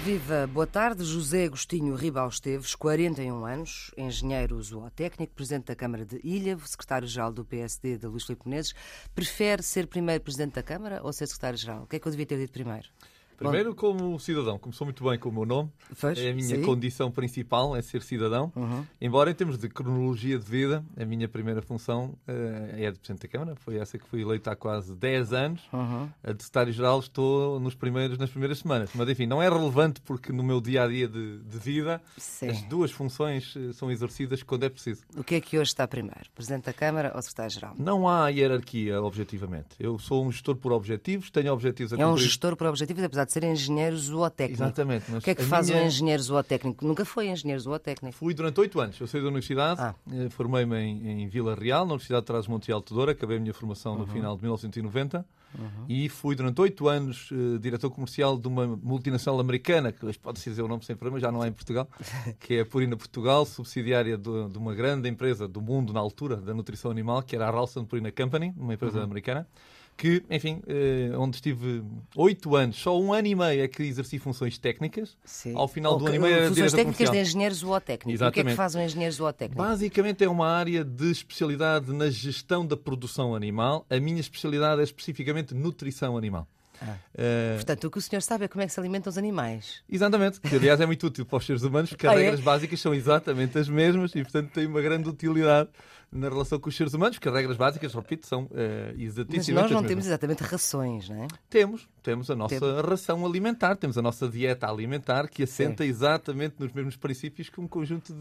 Viva, boa tarde. José Agostinho Ribal Esteves, 41 anos, engenheiro zootécnico, presidente da Câmara de Ilhavo, secretário-geral do PSD de Luís Filipe Menezes. Prefere ser primeiro presidente da Câmara ou ser secretário-geral? O que é que eu devia ter dito primeiro? Primeiro, como cidadão. Começou muito bem com o meu nome. É a minha condição principal, é ser cidadão. Embora, em termos de cronologia de vida, a minha primeira função é a de Presidente da Câmara. Foi essa que fui eleito há quase 10 anos. A de secretário-geral estou nas primeiras semanas. Mas, enfim, não é relevante porque no meu dia-a-dia de vida as duas funções são exercidas quando é preciso. O que é que hoje está primeiro? Presidente da Câmara ou secretário-geral? Não há hierarquia, objetivamente. Eu sou um gestor por objetivos, tenho objetivos a cumprir. É um gestor por objetivos, apesar de ser engenheiro zootécnico. Exatamente. Mas o que é que faz um engenheiro zootécnico? Nunca foi engenheiro zootécnico. Fui durante 8 anos. Eu saí da universidade, formei-me em Vila Real, na Universidade de Trás-os-Montes e Alto Douro, acabei a minha formação no final de 1990 e fui durante 8 anos diretor comercial de uma multinacional americana, que hoje pode-se dizer o nome sem problema, já não há em Portugal, que é a Purina Portugal, subsidiária de uma grande empresa do mundo na altura da nutrição animal, que era a Ralston Purina Company, uma empresa americana. Que, enfim, onde estive 8 anos, só 1 ano e meio é que exerci funções técnicas. Sim. Ao final do ano e meio era funções diretor técnicas comercial. de engenheiro zootécnico. Exatamente. O que é que faz um engenheiro zootécnico? Basicamente é uma área de especialidade na gestão da produção animal. A minha especialidade é especificamente nutrição animal. Portanto, o que o senhor sabe é como é que se alimentam os animais. Exatamente, que aliás é muito útil para os seres humanos, porque as regras básicas são exatamente as mesmas e, portanto, tem uma grande utilidade na relação com os seres humanos, porque as regras básicas, repito, são exatamente Mas nós não temos exatamente rações, não é? Temos a nossa ração alimentar, temos a nossa dieta alimentar que assenta exatamente nos mesmos princípios que um conjunto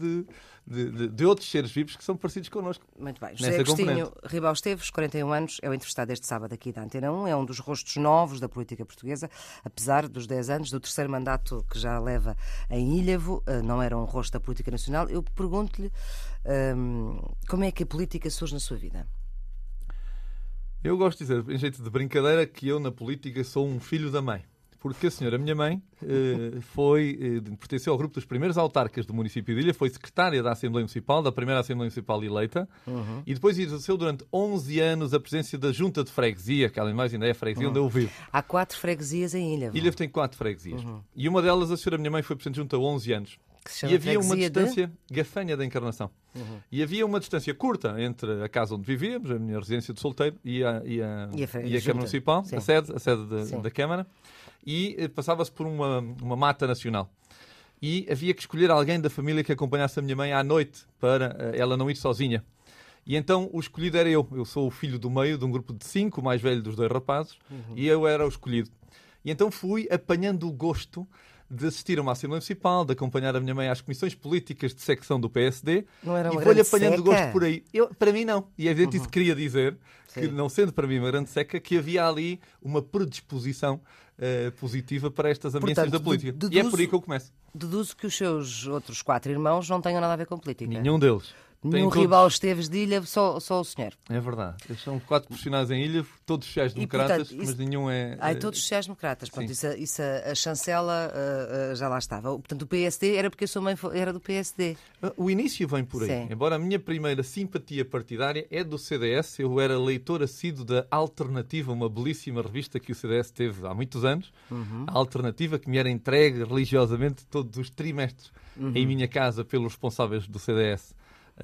de outros seres vivos que são parecidos connosco. Muito bem. José Agostinho Ribal Esteves, 41 anos, é o entrevistado este sábado aqui da Antena 1, é um dos rostos novos da política portuguesa, apesar dos 10 anos, do terceiro mandato que já leva em Ilhavo, não era um rosto da política nacional. Eu pergunto-lhe como é que a política surge na sua vida? Eu gosto de dizer, em jeito de brincadeira, que eu na política sou um filho da mãe. Porque a senhora, minha mãe, pertenceu ao grupo dos primeiros autarcas do município de Ilha, foi secretária da Assembleia Municipal, da primeira Assembleia Municipal eleita, e depois exerceu durante 11 anos a presidência da Junta de Freguesia, que além de mais ainda é a freguesia onde eu vivo. Há 4 freguesias em Ilhavo. Ilhavo tem 4 freguesias. E uma delas, a senhora, minha mãe, foi presidente junta há 11 anos. E havia uma distância, Gafanha da Encarnação. E havia uma distância curta entre a casa onde vivíamos, a minha residência de solteiro, e a Câmara Municipal, a sede da Câmara. E passava-se por uma mata nacional. E havia que escolher alguém da família que acompanhasse a minha mãe à noite para ela não ir sozinha. E então o escolhido era eu. Eu sou o filho do meio de um grupo de 5, o mais velho dos 2 rapazes, e eu era o escolhido. E então fui apanhando o gosto de assistir a uma Assembleia Municipal, de acompanhar a minha mãe às comissões políticas de secção do PSD. Não era uma e vou-lhe apanhando seca? O gosto por aí. Para mim não. E é evidente isso queria dizer, que não sendo para mim uma grande seca, que havia ali uma predisposição positiva para estas ambiências da política. E é por aí que eu começo. Deduzo que os seus outros 4 irmãos não tenham nada a ver com política. Nenhum deles. Nenhum Ribal Esteves de Ilhavo, só o senhor. É verdade. Eles são 4 profissionais em Ilhavo, todos sociais-democratas, mas nenhum é... todos sociais-democratas. Isso a chancela já lá estava. Portanto, o PSD era porque a sua mãe era do PSD. O início vem por aí. Sim. Embora a minha primeira simpatia partidária é do CDS, eu era leitor assíduo da Alternativa, uma belíssima revista que o CDS teve há muitos anos. A Alternativa, que me era entregue religiosamente todos os trimestres em minha casa pelos responsáveis do CDS.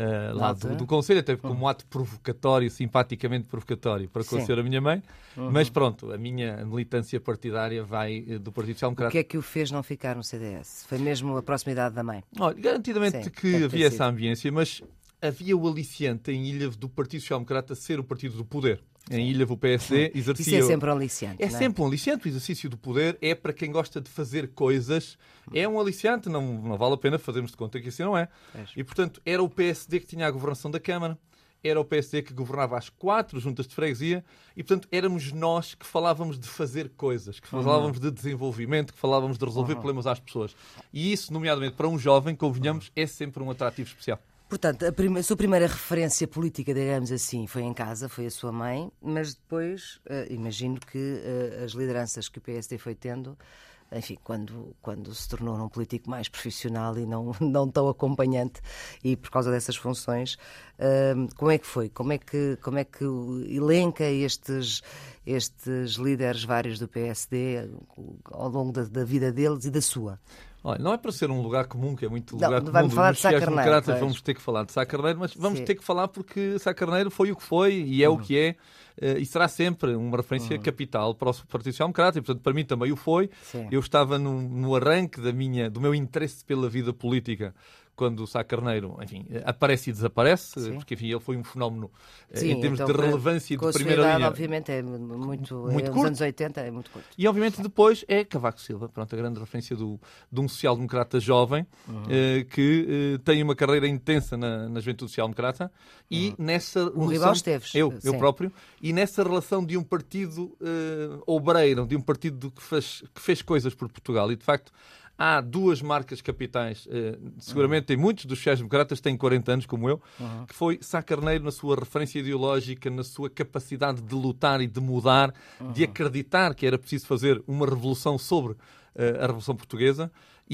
Lá do Conselho, até como um ato provocatório, simpaticamente provocatório para com a senhora minha mãe, mas pronto, a minha militância partidária vai do Partido Social Democrata. O que é que o fez não ficar no CDS? Foi mesmo a proximidade da mãe? Olha, garantidamente que havia essa ambiência, mas havia o aliciante em Ilhavo do Partido Social Democrata ser o partido do poder. Em Ilhavo o PSD exercia... Isso é sempre um aliciante, É sempre um aliciante. O exercício do poder é para quem gosta de fazer coisas. É um aliciante. Não vale a pena fazermos de conta que assim não é. E, portanto, era o PSD que tinha a governação da Câmara. Era o PSD que governava as 4 juntas de freguesia. E, portanto, éramos nós que falávamos de fazer coisas, que falávamos de desenvolvimento, que falávamos de resolver problemas às pessoas. E isso, nomeadamente para um jovem, convenhamos, é sempre um atrativo especial. Portanto, a sua primeira referência política, digamos assim, foi em casa, foi a sua mãe, mas depois imagino que as lideranças que o PSD foi tendo enfim, quando se tornou um político mais profissional e não tão acompanhante, e por causa dessas funções, como é que foi? Como é que elenca estes líderes vários do PSD ao longo da vida deles e da sua? Olha, não é para ser um lugar comum, que é muito lugar comum. Vamos falar de Sá Carneiro. Vamos ter que falar de Sá Carneiro, mas vamos ter que falar porque Sá Carneiro foi o que foi e é o que é, e será sempre uma referência capital para o Partido Social Democrata, e portanto para mim também o foi. Sim. Eu estava no arranque do meu interesse pela vida política quando o Sá Carneiro, enfim, aparece e desaparece, porque enfim, ele foi um fenómeno em termos de relevância e de primeira linha. Obviamente é muito curto. Nos anos 80 é muito curto. E obviamente depois é Cavaco Silva, pronto, a grande referência de um social-democrata jovem que tem uma carreira intensa na juventude social-democrata e nessa relação... Ribal Esteves. Eu próprio. E nessa relação de um partido obreiro, de um partido que fez coisas por Portugal. E de facto há duas marcas capitais, seguramente tem muitos dos sociais-democratas, têm 40 anos como eu, que foi Sá Carneiro na sua referência ideológica, na sua capacidade de lutar e de mudar, de acreditar que era preciso fazer uma revolução sobre a Revolução Portuguesa,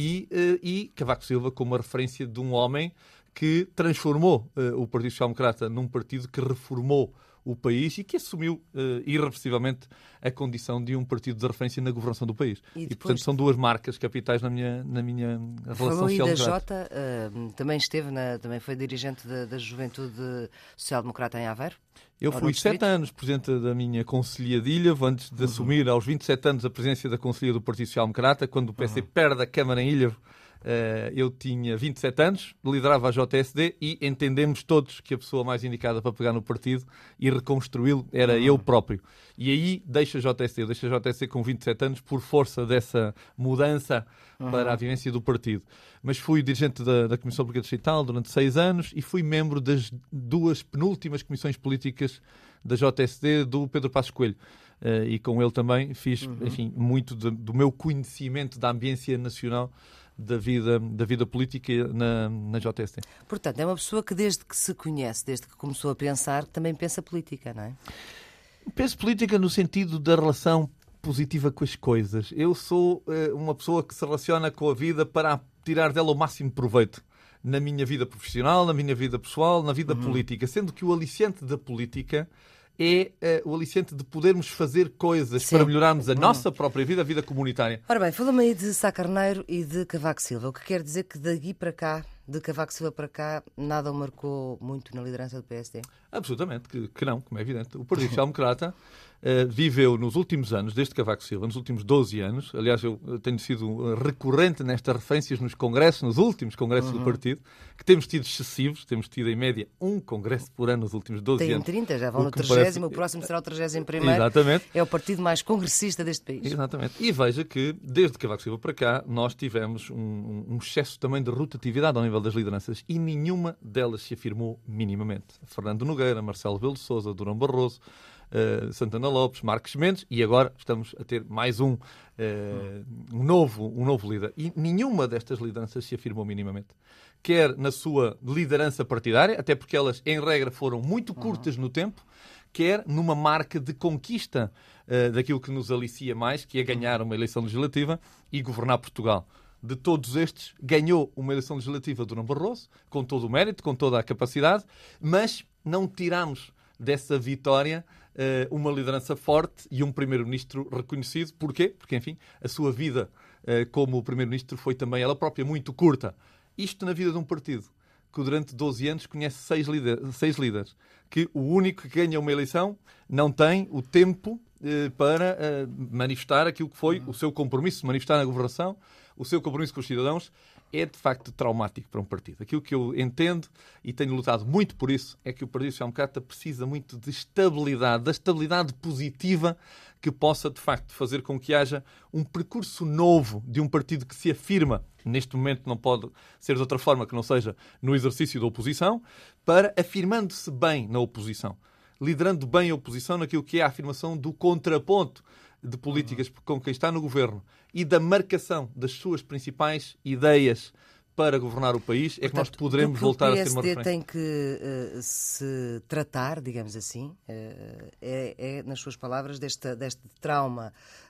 e Cavaco Silva como uma referência de um homem que transformou o Partido Social Democrata num partido que reformou o país e que assumiu irreversivelmente a condição de um partido de referência na governação do país. E portanto, são duas marcas capitais na minha relação social-democrata. Também foi dirigente da Juventude Social-Democrata em Aveiro? Eu fui 7 anos presidente da minha Conselhia de Ilhavo, antes de assumir aos 27 anos a presidência da Conselhia do Partido Social Democrata, quando o PC perde a Câmara em Ilhavo. Eu tinha 27 anos, liderava a JSD e entendemos todos que a pessoa mais indicada para pegar no partido e reconstruí-lo era eu próprio. E aí deixo a JSD com 27 anos por força dessa mudança para a vivência do partido. Mas fui dirigente da Comissão Política Distrital durante 6 anos e fui membro das 2 penúltimas comissões políticas da JSD do Pedro Passos Coelho. E com ele também fiz, enfim, muito do meu conhecimento da ambiência nacional da vida política na JSD. Portanto, é uma pessoa que desde que se conhece, desde que começou a pensar, também pensa política, não é? Penso política no sentido da relação positiva com as coisas. Eu sou uma pessoa que se relaciona com a vida para tirar dela o máximo proveito. Na minha vida profissional, na minha vida pessoal, na vida política. Sendo que o aliciante da política é o aliciante de podermos fazer coisas para melhorarmos a nossa própria vida, a vida comunitária. Ora bem, falamos aí de Sá Carneiro e de Cavaco Silva, o que quer dizer que daqui para cá, de Cavaco Silva para cá, nada o marcou muito na liderança do PSD? Absolutamente, que não, como é evidente. O Partido Social Democrata viveu nos últimos anos, desde Cavaco Silva, nos últimos 12 anos, aliás, eu tenho sido recorrente nestas referências nos últimos congressos do partido, que temos tido excessivos, temos tido em média um congresso por ano nos últimos 12 anos. Tem 30, já vão no 30º, o próximo será o 31º. Exatamente. É o partido mais congressista deste país. Exatamente. E veja que, desde Cavaco Silva para cá, nós tivemos um excesso também de rotatividade ao nível das lideranças e nenhuma delas se afirmou minimamente. Fernando Nogueira, Marcelo Rebelo de Sousa, Durão Barroso, Santana Lopes, Marques Mendes, e agora estamos a ter mais um novo líder. E nenhuma destas lideranças se afirmou minimamente. Quer na sua liderança partidária, até porque elas, em regra, foram muito curtas no tempo, quer numa marca de conquista daquilo que nos alicia mais, que é ganhar uma eleição legislativa e governar Portugal. De todos estes, ganhou uma eleição legislativa Durão Barroso, com todo o mérito, com toda a capacidade, mas não tiramos dessa vitória uma liderança forte e um primeiro-ministro reconhecido. Porquê? Porque, enfim, a sua vida como primeiro-ministro foi também ela própria muito curta. Isto na vida de um partido que durante 12 anos conhece 6 líderes, que o único que ganha uma eleição não tem o tempo para manifestar aquilo que foi o seu compromisso, manifestar na governação, o seu compromisso com os cidadãos, é de facto traumático para um partido. Aquilo que eu entendo, e tenho lutado muito por isso, é que o Partido Social Democrata precisa muito de estabilidade, da estabilidade positiva que possa, de facto, fazer com que haja um percurso novo de um partido que se afirma, neste momento não pode ser de outra forma que não seja no exercício da oposição, para afirmando-se bem na oposição, liderando bem a oposição naquilo que é a afirmação do contraponto de políticas com quem está no governo e da marcação das suas principais ideias para governar o país, é que nós poderemos voltar a ser uma referência. O PSD tem que se tratar, digamos assim, nas suas palavras, deste trauma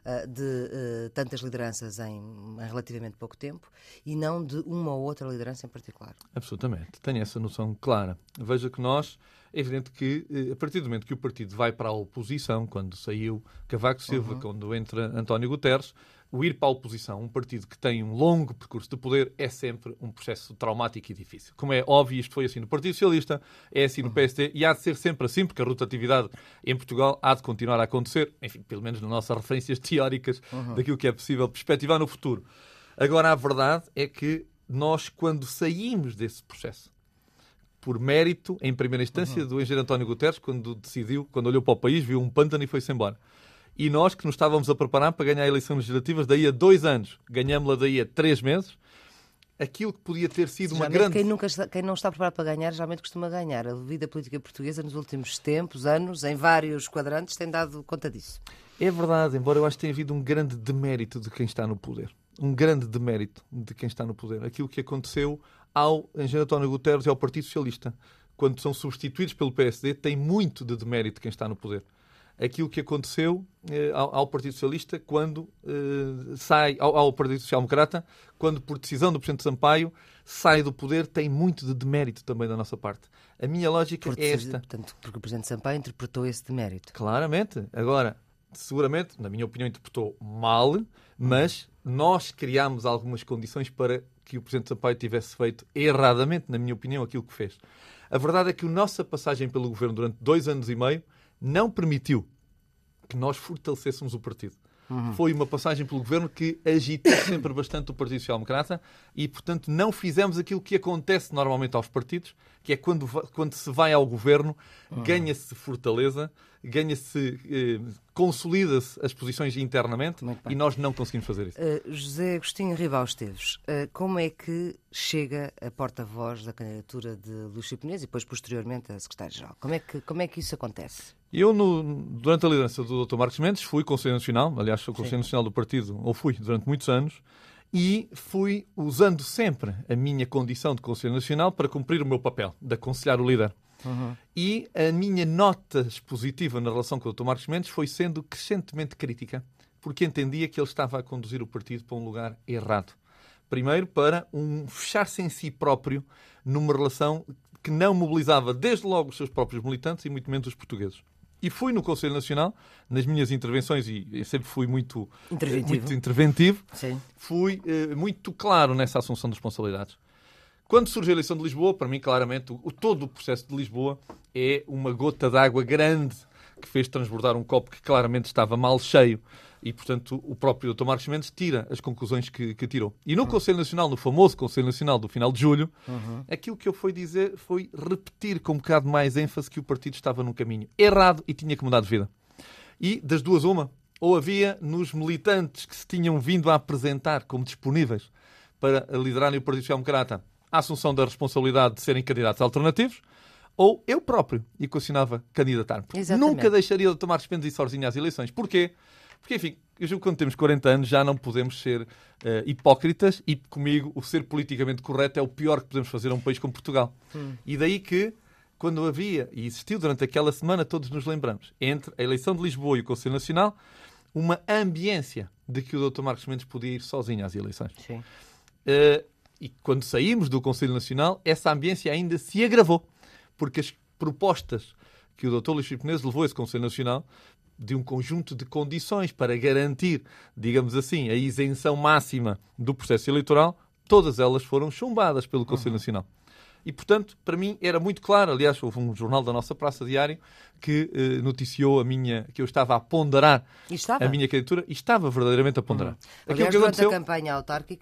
de tantas lideranças em relativamente pouco tempo e não de uma ou outra liderança em particular. Absolutamente. Tenho essa noção clara. Veja que nós, é evidente que, a partir do momento que o partido vai para a oposição, quando saiu Cavaco Silva, quando entra António Guterres, o ir para a oposição, um partido que tem um longo percurso de poder, é sempre um processo traumático e difícil. Como é óbvio, isto foi assim no Partido Socialista, é assim no PSD e há de ser sempre assim, porque a rotatividade em Portugal há de continuar a acontecer, enfim, pelo menos nas nossas referências teóricas daquilo que é possível perspectivar no futuro. Agora, a verdade é que nós, quando saímos desse processo, por mérito, em primeira instância, do engenheiro António Guterres, quando decidiu, quando olhou para o país, viu um pântano e foi-se embora. E nós, que nos estávamos a preparar para ganhar eleições legislativas daí a 2 anos, ganhámos-la daí a 3 meses, aquilo que podia ter sido uma grande... Quem não está preparado para ganhar, geralmente costuma ganhar. A vida política portuguesa, nos últimos tempos, anos, em vários quadrantes, tem dado conta disso. É verdade, embora eu acho que tenha havido um grande demérito de quem está no poder. Um grande demérito de quem está no poder. Aquilo que aconteceu ao engenheiro António Guterres e ao Partido Socialista, quando são substituídos pelo PSD, tem muito de demérito de quem está no poder. Aquilo que aconteceu ao Partido Socialista quando sai, ao Partido Social Democrata, quando, por decisão do Presidente Sampaio, sai do poder, tem muito de demérito também da nossa parte. A minha lógica é esta. Portanto, porque o Presidente Sampaio interpretou esse demérito. Claramente. Agora, seguramente, na minha opinião, interpretou mal, mas nós criámos algumas condições para que o Presidente Sampaio tivesse feito erradamente, na minha opinião, aquilo que fez. A verdade é que a nossa passagem pelo governo durante 2 anos e meio não permitiu que nós fortalecêssemos o partido. Foi uma passagem pelo governo que agitou sempre bastante o Partido Social Democrata e, portanto, não fizemos aquilo que acontece normalmente aos partidos, que é quando se vai ao governo, ganha-se fortaleza, consolida-se as posições internamente e nós não conseguimos fazer isso. José Agostinho Ribal Esteves, como é que chega a porta-voz da candidatura de Luís Filipe Menezes e depois, posteriormente, a secretário-geral? Como é que isso acontece? Eu, durante a liderança do Dr. Marcos Mendes, fui Conselheiro Nacional, aliás, sou Conselheiro Nacional do partido, ou fui durante muitos anos, e fui usando sempre a minha condição de Conselheiro Nacional para cumprir o meu papel, de aconselhar o líder. E a minha nota expositiva na relação com o Dr. Marcos Mendes foi sendo crescentemente crítica, porque entendia que ele estava a conduzir o partido para um lugar errado. Primeiro, para fechar-se em si próprio numa relação que não mobilizava desde logo os seus próprios militantes e muito menos os portugueses. E fui no Conselho Nacional, nas minhas intervenções, e eu sempre fui muito interventivo, fui muito claro nessa assunção de responsabilidades. Quando surge a eleição de Lisboa, para mim, claramente, todo o processo de Lisboa é uma gota de água grande que fez transbordar um copo que claramente estava mal cheio. E, portanto, o próprio Dr. Marcos Mendes tira as conclusões que tirou. E no Conselho Nacional, no famoso Conselho Nacional do final de julho, aquilo que eu fui dizer foi repetir com um bocado mais ênfase que o partido estava num caminho errado e tinha que mudar de vida. E, das duas, uma. Ou havia nos militantes que se tinham vindo a apresentar como disponíveis para liderarem o Partido Social Democrata a assunção da responsabilidade de serem candidatos alternativos, ou eu próprio equacionava candidatar-me. Nunca deixaria de tomar Mendes ir sozinho às eleições. Porquê? Porque, enfim, eu julgo que quando temos 40 anos já não podemos ser hipócritas e, comigo, o ser politicamente correto é o pior que podemos fazer a um país como Portugal. E daí que, quando havia, e existiu durante aquela semana, todos nos lembramos, entre a eleição de Lisboa e o Conselho Nacional, uma ambiência de que o Dr. Marcos Mendes podia ir sozinho às eleições. Sim. E quando saímos do Conselho Nacional, essa ambiência ainda se agravou, porque as propostas que o Dr. Luís Filipe Menezes levou a esse Conselho Nacional de um conjunto de condições para garantir, digamos assim, a isenção máxima do processo eleitoral, todas elas foram chumbadas pelo Conselho Nacional. E, portanto, para mim era muito claro. Aliás, houve um jornal da nossa Praça Diário que noticiou que eu estava a ponderar a minha candidatura e estava verdadeiramente a ponderar. Aliás, durante a campanha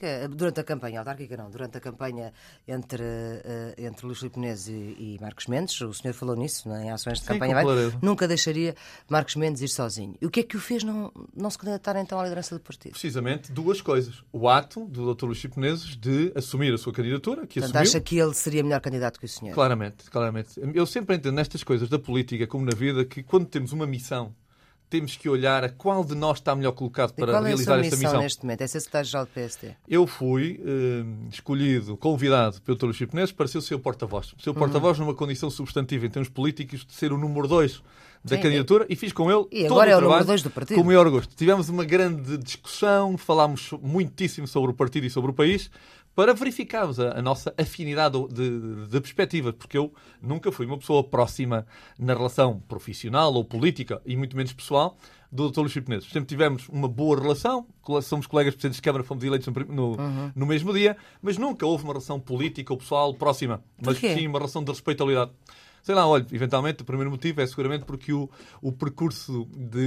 entre Luís Filipe Menezes e Marcos Mendes, o senhor falou nisso, em ações de campanha, nunca deixaria Marcos Mendes ir sozinho. E o que é que o fez não se candidatar então à liderança do partido? Precisamente 2 coisas. O ato do Dr. Luís Filipe Menezes de assumir a sua candidatura, que portanto, acha que ele seria melhor candidato que o senhor? Claramente. Eu sempre entendo nestas coisas da política, como na vida, que quando temos uma missão, temos que olhar a qual de nós está melhor colocado para realizar esta missão. Qual é a sua missão neste momento? É ser secretário-geral do PSD? Eu fui escolhido, convidado pelo Dr. Luís Filipe Menezes para ser o seu porta-voz. O seu porta-voz numa condição substantiva em termos políticos de ser o número 2 da candidatura e fiz com ele e agora é o número 2 do partido. Com o maior gosto. Tivemos uma grande discussão, falámos muitíssimo sobre o partido e sobre o país, para verificarmos a nossa afinidade de perspectiva, porque eu nunca fui uma pessoa próxima na relação profissional ou política, e muito menos pessoal, do Dr. Luís Filipe Menezes. Sempre tivemos uma boa relação, somos colegas presidentes de Câmara, fomos eleitos no mesmo dia, mas nunca houve uma relação política ou pessoal próxima, mas sim uma relação de respeitabilidade. Sei lá, olha, eventualmente o primeiro motivo é seguramente porque o percurso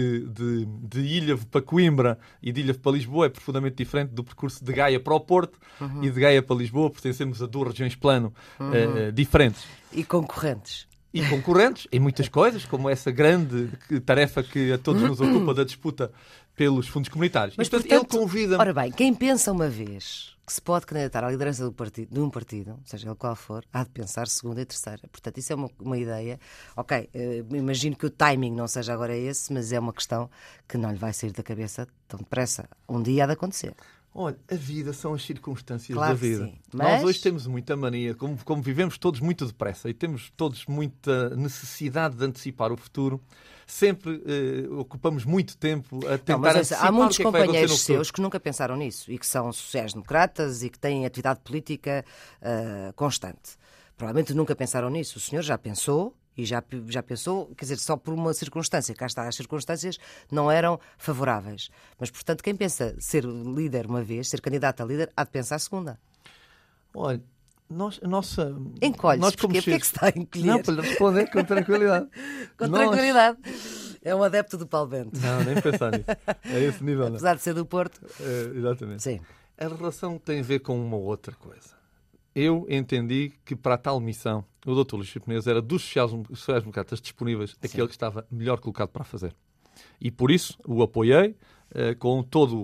de Ilhavo para Coimbra e de Ilhavo para Lisboa é profundamente diferente do percurso de Gaia para o Porto e de Gaia para Lisboa. Pertencemos a 2 regiões plano diferentes. E concorrentes. E concorrentes em muitas coisas, como essa grande tarefa que a todos nos ocupa da disputa pelos fundos comunitários. Mas, portanto, ele convida-me... Ora bem, quem pensa uma vez que se pode candidatar à liderança de um partido, seja ele qual for, há de pensar segunda e terceira. Portanto, isso é uma ideia. Ok, imagino que o timing não seja agora esse, mas é uma questão que não lhe vai sair da cabeça tão depressa. Um dia há de acontecer. Olha, a vida são as circunstâncias da vida. Sim, mas... Nós hoje temos muita mania, como vivemos todos muito depressa e temos todos muita necessidade de antecipar o futuro, sempre ocupamos muito tempo a tentar antecipar. Há muitos companheiros seus que nunca pensaram nisso e que são sociais-democratas e que têm atividade política constante. Provavelmente nunca pensaram nisso. O senhor já pensou. E já pensou, quer dizer, só por uma circunstância. Cá está, as circunstâncias não eram favoráveis. Mas, portanto, quem pensa ser líder uma vez, ser candidato a líder, há de pensar a segunda. Olha, a nossa... Encolhe-se, porquê? Porquê é que se está a encolher? Não, para lhe responder com tranquilidade. Tranquilidade. É um adepto do Paulo Bento. Não, nem pensar nisso. É esse nível, não. Apesar de ser do Porto. Exatamente. Sim. A relação tem a ver com uma outra coisa. Eu entendi que para a tal missão o Dr. Luís Filipe Menezes era dos sociais-democratas disponíveis aquele que estava melhor colocado para fazer. E por isso o apoiei com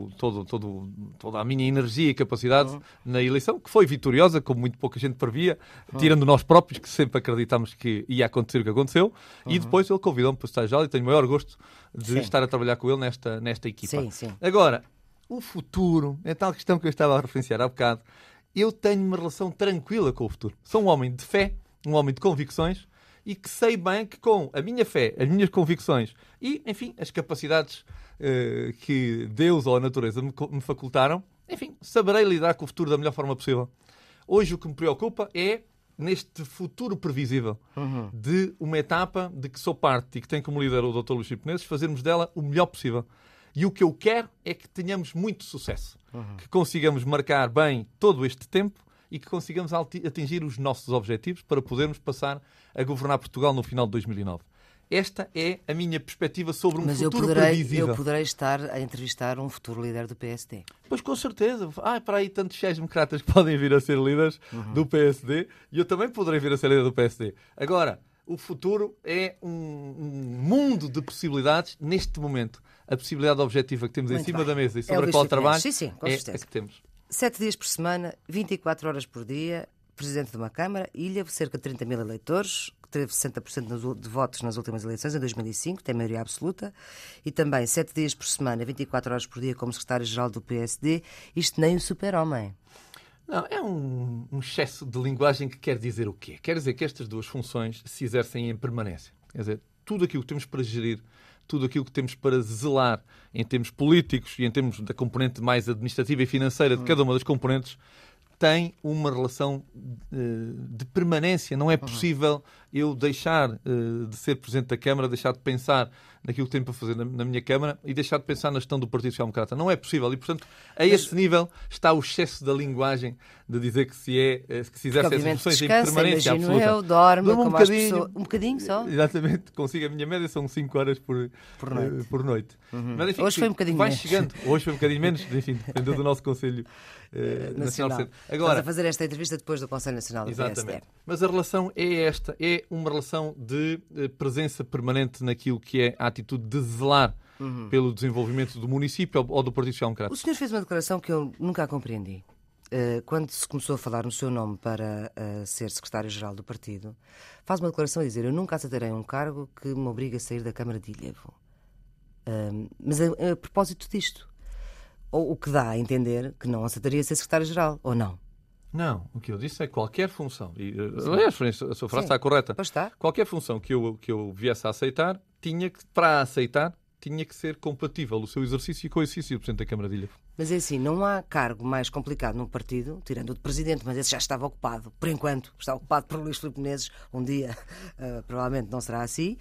toda a minha energia e capacidade na eleição, que foi vitoriosa, como muito pouca gente previa, tirando nós próprios, que sempre acreditámos que ia acontecer o que aconteceu. E depois ele convidou-me para o estágio e tenho o maior gosto de estar a trabalhar com ele nesta equipa. Sim. Agora, o futuro é tal questão que eu estava a referenciar há bocado. Eu tenho uma relação tranquila com o futuro. Sou um homem de fé, um homem de convicções e que sei bem que com a minha fé, as minhas convicções e, enfim, as capacidades que Deus ou a natureza me facultaram, enfim, saberei lidar com o futuro da melhor forma possível. Hoje o que me preocupa é, neste futuro previsível de uma etapa de que sou parte e que tem como líder o Dr. Luís Filipe Menezes, fazermos dela o melhor possível. E o que eu quero é que tenhamos muito sucesso. Que consigamos marcar bem todo este tempo e que consigamos atingir os nossos objetivos para podermos passar a governar Portugal no final de 2009. Esta é a minha perspectiva sobre um futuro previsível. Eu poderei estar a entrevistar um futuro líder do PSD. Pois com certeza. Para aí tantos sociais-democratas que podem vir a ser líderes do PSD e eu também poderei vir a ser líder do PSD. Agora, o futuro é um mundo de possibilidades neste momento. A possibilidade objetiva que temos em cima da mesa e sobre a qual trabalho é a que temos. 7 dias por semana, 24 horas por dia, presidente de uma Câmara, Ilha, cerca de 30 mil eleitores, que teve 60% de votos nas últimas eleições, em 2005, tem maioria absoluta, e também 7 dias por semana, 24 horas por dia, como secretário-geral do PSD, isto nem o super-homem. Não, é um excesso de linguagem que quer dizer o quê? Quer dizer que estas duas funções se exercem em permanência. Quer dizer, tudo aquilo que temos para gerir, tudo aquilo que temos para zelar em termos políticos e em termos da componente mais administrativa e financeira de cada uma das componentes, tem uma relação de permanência. Não é possível eu deixar de ser Presidente da Câmara, deixar de pensar naquilo que tenho para fazer na minha Câmara e deixar de pensar na gestão do Partido Social Democrata. Não é possível. E, portanto, a esse nível está o excesso da linguagem de dizer que se exerce essas funções em permanência absoluta. Eu dorme um bocadinho, um bocadinho só. Exatamente. Consigo. A minha média são 5 horas por noite. Mas, enfim, hoje foi um bocadinho menos. Hoje foi um bocadinho menos. Enfim, dependeu do nosso Conselho Nacional. Agora, estás a fazer esta entrevista depois do Conselho Nacional do PSD. Mas a relação é esta. É uma relação de presença permanente naquilo que é a atitude de zelar pelo desenvolvimento do município ou do Partido Social Democrata. O senhor fez uma declaração que eu nunca compreendi. Quando se começou a falar no seu nome para ser secretário-geral do partido, faz uma declaração a dizer: eu nunca aceitarei um cargo que me obrigue a sair da Câmara de Ilhavo. Mas a propósito disto, o que dá a entender que não aceitaria ser secretário-geral, ou não? Não, o que eu disse é qualquer função. Aliás, a sua frase está correta. Pois está. Qualquer função que eu viesse a aceitar, para aceitar, tinha que ser compatível o seu exercício com o exercício do Presidente da Câmara de Ilha. Mas é assim, não há cargo mais complicado num partido, tirando o de Presidente, mas esse já estava ocupado, por enquanto, está ocupado por Luís Filipe Menezes. Um dia, provavelmente não será assim,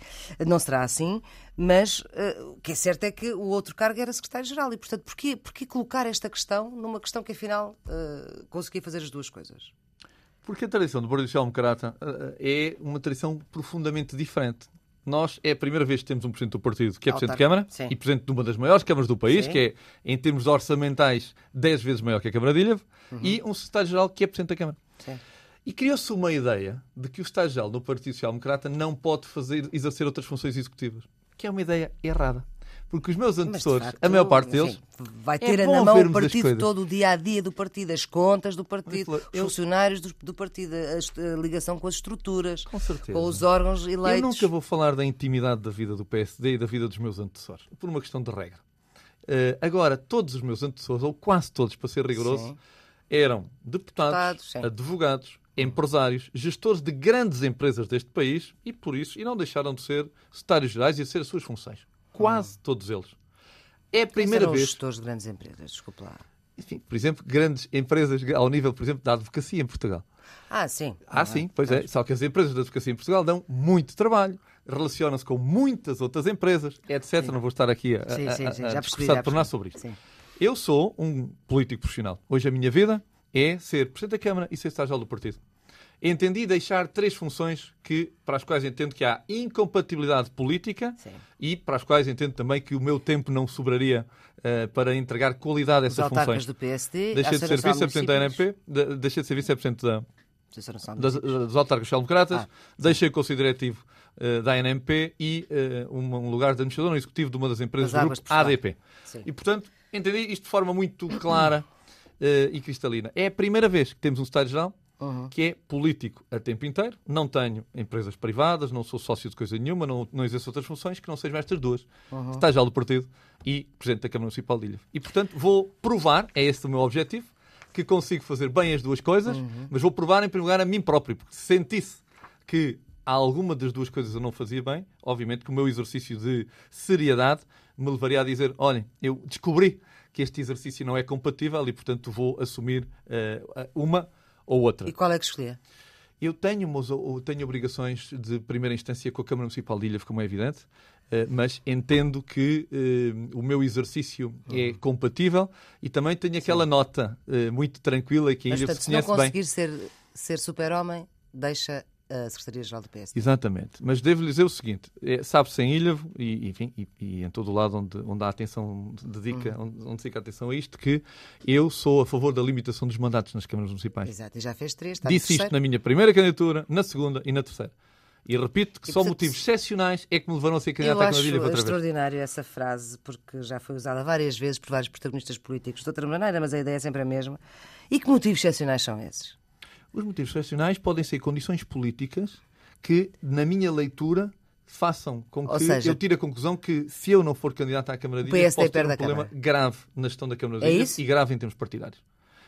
mas o que é certo é que o outro cargo era secretário-geral e, portanto, porquê colocar esta questão numa questão que, afinal, conseguia fazer as duas coisas? Porque a tradição do Partido Social Democrata é uma tradição profundamente diferente. Nós é a primeira vez que temos um Presidente do partido que é Presidente de Câmara e Presidente de uma das maiores câmaras do país, que é, em termos orçamentais, 10 vezes maior que a Câmara de Ilha, e um Secretário-Geral que é Presidente da Câmara. Sim. E criou-se uma ideia de que o Secretário-Geral do Partido Social Democrata não pode exercer outras funções executivas, que é uma ideia errada. Porque os meus antecessores, a maior parte deles, vai ter na mão o partido todo, o dia-a-dia do partido, as contas do partido, os funcionários do partido, a ligação com as estruturas, com os órgãos eleitos. Eu nunca vou falar da intimidade da vida do PSD e da vida dos meus antecessores, por uma questão de regra. Agora, todos os meus antecessores, ou quase todos, para ser rigoroso, eram deputados, advogados, empresários, gestores de grandes empresas deste país e, por isso, não deixaram de ser secretários-gerais e a ser as suas funções. Quase todos eles. É a primeira vez... os gestores de grandes empresas, desculpa lá. Enfim, por exemplo, grandes empresas ao nível, por exemplo, da advocacia em Portugal. Sim. Sim, pois é. Só que as empresas da advocacia em Portugal dão muito trabalho, relacionam-se com muitas outras empresas, etc. Sim. Não vou estar aqui a discursar por nós sobre isto. Sim. Eu sou um político profissional. Hoje a minha vida é ser Presidente da Câmara e ser secretário-geral do partido. Entendi deixar 3 funções para as quais entendo que há incompatibilidade política e para as quais entendo também que o meu tempo não sobraria para entregar qualidade a essas funções. Do PSD, deixei de ser vice-presidente da ANP, deixei de ser vice-presidente dos autarcas social-democratas, deixei o conselho diretivo da ANP e um lugar de administrador no executivo de uma das empresas do grupo ADP. E, portanto, entendi isto de forma muito clara e cristalina. É a primeira vez que temos um secretário-geral que é político a tempo inteiro. Não tenho empresas privadas, não sou sócio de coisa nenhuma, não exerço outras funções que não sejam estas duas. Secretário-geral do partido e Presidente da Câmara Municipal de Ilha. E, portanto, vou provar, é esse o meu objetivo, que consigo fazer bem as duas coisas, mas vou provar, em primeiro lugar, a mim próprio. Porque se sentisse que alguma das duas coisas eu não fazia bem, obviamente que o meu exercício de seriedade me levaria a dizer, olhem, eu descobri que este exercício não é compatível e, portanto, vou assumir uma ou outra. E qual é que escolher? Eu tenho obrigações de primeira instância com a Câmara Municipal de Ilha, como é evidente, mas entendo que o meu exercício é compatível e também tenho aquela nota muito tranquila que a Ilha se conhece bem. Se não conseguir ser super-homem, deixa a Secretaria-Geral do PSD. Exatamente. Mas devo-lhe dizer o seguinte, sabe-se em Ilhavo e em todo o lado onde a atenção onde dedica a atenção a isto, que eu sou a favor da limitação dos mandatos nas câmaras municipais. Exato, e já fez 3. Disse isto na minha primeira candidatura, na segunda e na terceira. E repito que só motivos excepcionais é que me levaram a ser candidato à Câmara de Ilha outra vez. Eu acho extraordinário essa frase, porque já foi usada várias vezes por vários protagonistas políticos de outra maneira, mas a ideia é sempre a mesma. E que motivos excepcionais são esses? Os motivos excepcionais podem ser condições políticas que, na minha leitura, façam com que eu tire a conclusão que, se eu não for candidato à Câmara de Ilha, posso ter um problema grave na gestão da Câmara de Ilha e grave em termos partidários.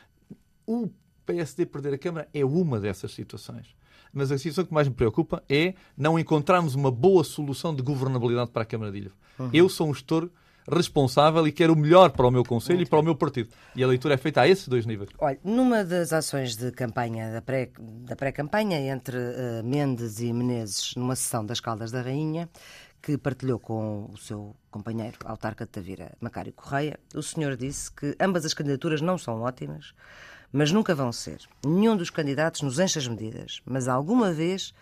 O PSD perder a Câmara é uma dessas situações. Mas a situação que mais me preocupa é não encontrarmos uma boa solução de governabilidade para a Câmara de Ilha. Eu sou um gestor responsável e quero o melhor para o meu Conselho e para o meu partido. E a leitura é feita a esses 2 níveis. Olha, numa das ações de campanha, da pré-campanha entre Mendes e Menezes, numa sessão das Caldas da Rainha, que partilhou com o seu companheiro, autarca de Tavira, Macário Correia, o senhor disse que ambas as candidaturas não são ótimas, mas nunca vão ser. Nenhum dos candidatos nos enche as medidas, mas alguma vez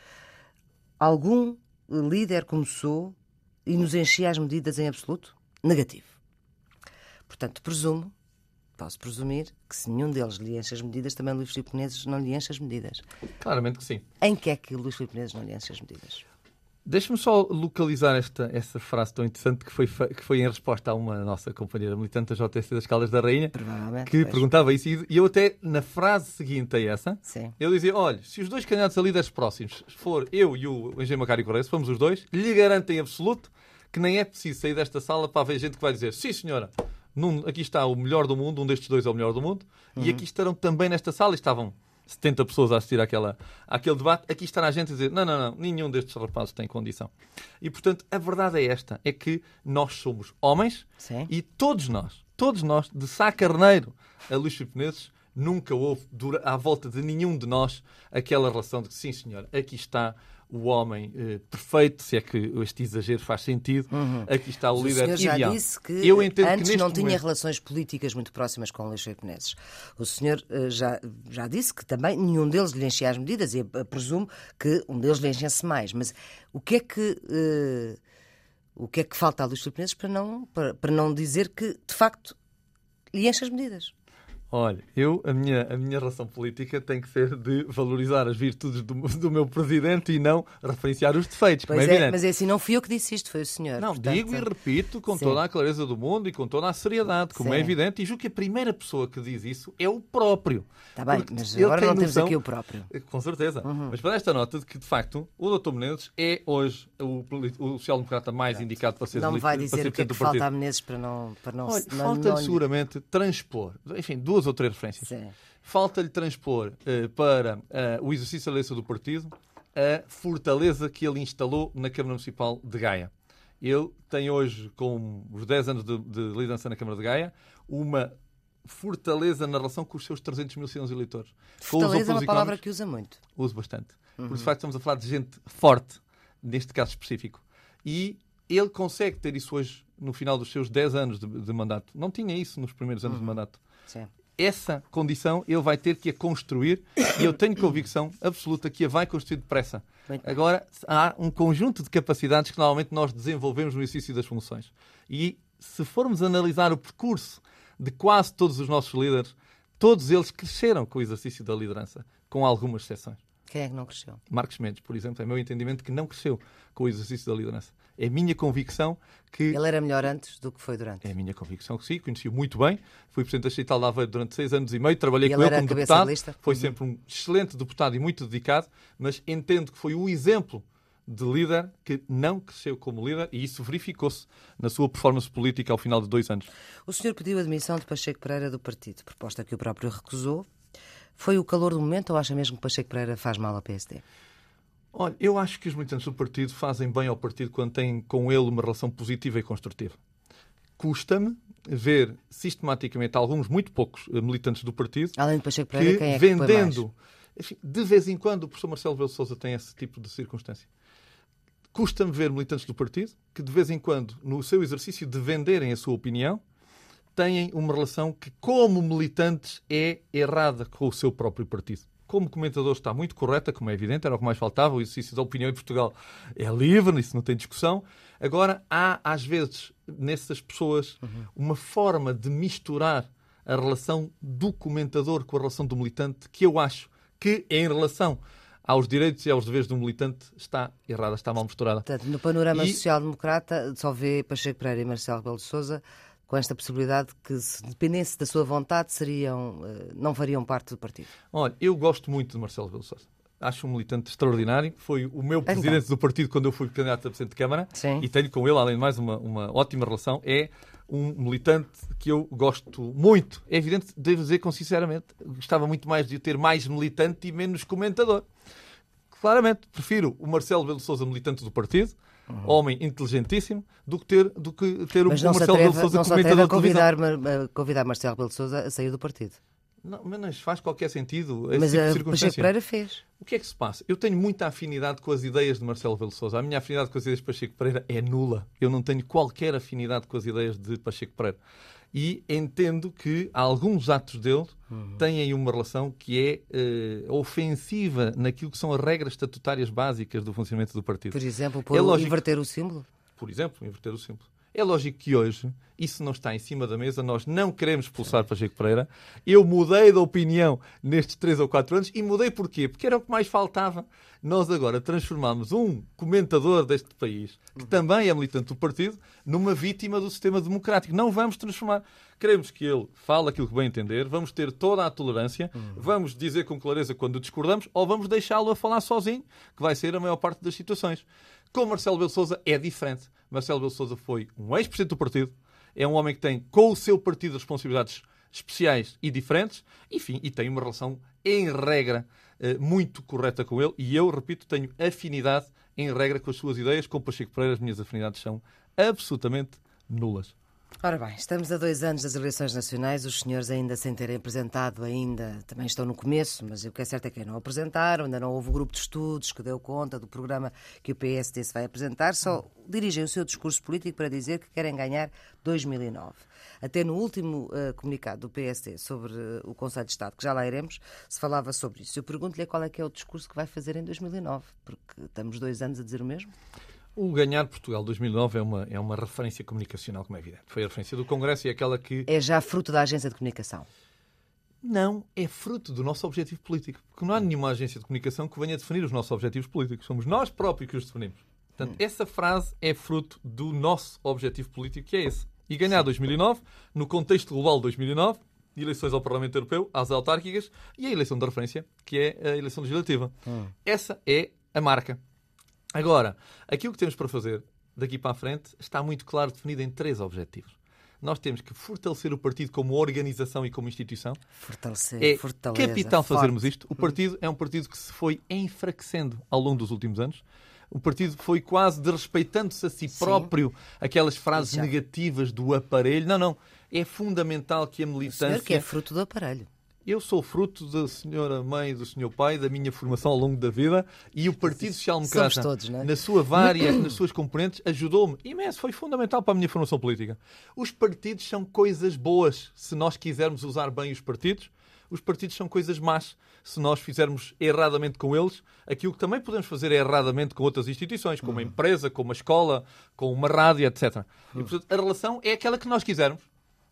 algum líder começou e nos enchia as medidas em absoluto? Negativo. Portanto, posso presumir que se nenhum deles lhe enche as medidas, também Luís Filipe Menezes não lhe enche as medidas. Claramente que sim. Em que é que Luís Filipe Menezes não lhe enche as medidas? Deixe-me só localizar essa frase tão interessante que foi em resposta a uma nossa companheira militante da JSC das Caldas da Rainha, que perguntava isso. E eu até, na frase seguinte a essa, eu dizia, olha, se os 2 candidatos a líderes próximos, se for eu e o engenheiro Macário Correia, se formos os 2, lhe garantem em absoluto que nem é preciso sair desta sala para haver gente que vai dizer: sim, senhora, aqui está o melhor do mundo, um destes dois é o melhor do mundo, e aqui estarão também nesta sala, e estavam 70 pessoas a assistir àquele debate, aqui estará a gente a dizer: não, nenhum destes rapazes tem condição. E, portanto, a verdade é esta, é que nós somos homens. Sim. E todos nós, de Sá Carneiro a Luís Filipe Menezes, nunca houve, à volta de nenhum de nós, aquela relação de que, sim, senhor, aqui está o homem perfeito, se é que este exagero faz sentido, aqui está o líder ideal. O senhor já disse que antes não tinha relações políticas muito próximas com Luís Filipe Menezes. O senhor já disse que também nenhum deles lhe enchia as medidas, e presumo que um deles lhe enchesse mais. Mas o que é que falta a Luís Filipe Menezes para não dizer que, de facto, lhe enche as medidas? Olha, a minha relação política tem que ser de valorizar as virtudes do meu presidente e não referenciar os defeitos, como é evidente. Mas assim, não fui eu que disse isto, foi o senhor. Não, portanto, digo e repito com toda a clareza do mundo e com toda a seriedade, como é evidente, e julgo que a primeira pessoa que diz isso é o próprio. Está bem, mas agora não temos aqui o próprio. Com certeza. Mas para esta nota de que, de facto, o Dr. Menezes é hoje o social-democrata mais indicado para ser não presidente do partido. Não vai dizer o que é que falta a Menezes para não... Olha, falta-lhe seguramente transpor, enfim, duas ou três referências. Sim. Falta-lhe transpor para o exercício da liderança do partido a fortaleza que ele instalou na Câmara Municipal de Gaia. Ele tem hoje, com os 10 anos de liderança na Câmara de Gaia, uma fortaleza na relação com os seus 300 mil cidadãos eleitores. Fortaleza é uma palavra que usa muito. Uso bastante. Por isso, de facto, estamos a falar de gente forte, neste caso específico. E ele consegue ter isso hoje, no final dos seus 10 anos de mandato. Não tinha isso nos primeiros anos de mandato. Sim. Essa condição ele vai ter que a construir, e eu tenho convicção absoluta que a vai construir depressa. Agora, há um conjunto de capacidades que normalmente nós desenvolvemos no exercício das funções. E se formos analisar o percurso de quase todos os nossos líderes, todos eles cresceram com o exercício da liderança, com algumas exceções. Quem é que não cresceu? Marcos Mendes, por exemplo, é meu entendimento que não cresceu com o exercício da liderança. É a minha convicção que... Ele era melhor antes do que foi durante. É a minha convicção que sim, conheci-o muito bem. Fui presidente da Distrital de Aveiro durante 6 anos e meio, trabalhei com ele como deputado. Foi sempre um excelente deputado e muito dedicado, mas entendo que foi o exemplo de líder que não cresceu como líder, e isso verificou-se na sua performance política ao final de 2 anos. O senhor pediu a demissão de Pacheco Pereira do partido, proposta que o próprio recusou. Foi o calor do momento ou acha mesmo que Pacheco Pereira faz mal ao PSD? Olha, eu acho que os militantes do partido fazem bem ao partido quando têm com ele uma relação positiva e construtiva. Custa-me ver sistematicamente alguns, muito poucos, militantes do partido, além de Pacheco Pereira, quem é que vendendo... Enfim, de vez em quando o professor Marcelo Rebelo de Sousa tem esse tipo de circunstância. Custa-me ver militantes do partido que, de vez em quando, no seu exercício de venderem a sua opinião, têm uma relação que, como militantes, é errada com o seu próprio partido. Como comentador está muito correta, como é evidente, era o que mais faltava, o exercício da opinião em Portugal é livre, isso não tem discussão. Agora, há, às vezes, nessas pessoas, uma forma de misturar a relação do comentador com a relação do militante, que eu acho que, em relação aos direitos e aos deveres do militante, está errada, está mal misturada. Portanto, no panorama social-democrata, só vê Pacheco Pereira e Marcelo Rebelo de Sousa com esta possibilidade que, se dependesse da sua vontade, não fariam parte do partido. Olha, eu gosto muito de Marcelo Rebelo de Sousa. Acho um militante extraordinário. Foi o meu presidente do partido quando eu fui candidato a presidente de Câmara. Sim. E tenho com ele, além de mais, uma ótima relação. É um militante que eu gosto muito. É evidente, devo dizer com sinceramente, gostava muito mais de ter mais militante e menos comentador. Claramente, prefiro o Marcelo Rebelo de Sousa militante do partido, homem inteligentíssimo, do que ter o Marcelo Rebelo de Sousa comentador de televisão. Convidar Marcelo Rebelo de Sousa a sair do partido. Não, mas faz qualquer sentido. Mas tipo Pacheco Pereira fez. O que é que se passa? Eu tenho muita afinidade com as ideias de Marcelo Rebelo de Sousa. A minha afinidade com as ideias de Pacheco Pereira é nula. Eu não tenho qualquer afinidade com as ideias de Pacheco Pereira. E entendo que alguns atos dele têm aí uma relação que é ofensiva naquilo que são as regras estatutárias básicas do funcionamento do partido. Por exemplo, inverter o símbolo? Por exemplo, inverter o símbolo. É lógico que hoje isso não está em cima da mesa, nós não queremos expulsar Pacheco Pereira. Eu mudei de opinião nestes 3 ou 4 anos e mudei porquê? Porque era o que mais faltava. Nós agora transformamos um comentador deste país, que também é militante do partido, numa vítima do sistema democrático. Não vamos transformar. Queremos que ele fale aquilo que bem entender, vamos ter toda a tolerância, vamos dizer com clareza quando discordamos, ou vamos deixá-lo a falar sozinho, que vai ser a maior parte das situações. Com Marcelo Rebelo de Sousa é diferente. Marcelo Rebelo de Sousa foi um ex-presidente do partido, é um homem que tem com o seu partido responsabilidades especiais e diferentes, enfim, e tem uma relação, em regra, muito correta com ele, e eu, repito, tenho afinidade, em regra, com as suas ideias. Com Pacheco Pereira, as minhas afinidades são absolutamente nulas. Ora bem, estamos a 2 anos das eleições nacionais, os senhores ainda sem terem apresentado, também estão no começo, mas o que é certo é que não apresentaram, ainda não houve o grupo de estudos que deu conta do programa que o PSD se vai apresentar, só dirigem o seu discurso político para dizer que querem ganhar 2009. Até no último comunicado do PSD sobre o Conselho de Estado, que já lá iremos, se falava sobre isso. Eu pergunto-lhe qual é que é o discurso que vai fazer em 2009, porque estamos 2 anos a dizer o mesmo. O Ganhar Portugal 2009 é uma referência comunicacional, como é evidente. Foi a referência do Congresso e aquela que... É já fruto da agência de comunicação? Não, é fruto do nosso objetivo político. Porque não há nenhuma agência de comunicação que venha definir os nossos objetivos políticos. Somos nós próprios que os definimos. Portanto, essa frase é fruto do nosso objetivo político, que é esse. E ganhar 2009, no contexto global de 2009, eleições ao Parlamento Europeu, às autárquicas e a eleição de referência, que é a eleição legislativa. Essa é a marca. Agora, aquilo que temos para fazer daqui para a frente está muito claro definido em 3 objetivos. Nós temos que fortalecer o partido como organização e como instituição. Fortaleza, capital fazermos isto. O partido é um partido que se foi enfraquecendo ao longo dos últimos anos. O partido foi quase desrespeitando-se a si próprio, aquelas frases negativas do aparelho. Não. É fundamental que a militância... O senhor que é fruto do aparelho. Eu sou fruto da senhora mãe e do senhor pai, da minha formação ao longo da vida, e o Partido Social Democrata, nas suas componentes, ajudou-me imenso. Foi fundamental para a minha formação política. Os partidos são coisas boas, se nós quisermos usar bem os partidos. Os partidos são coisas más, se nós fizermos erradamente com eles. Aquilo que também podemos fazer erradamente com outras instituições, como a empresa, como a escola, com uma rádio, etc. E, portanto, a relação é aquela que nós quisermos.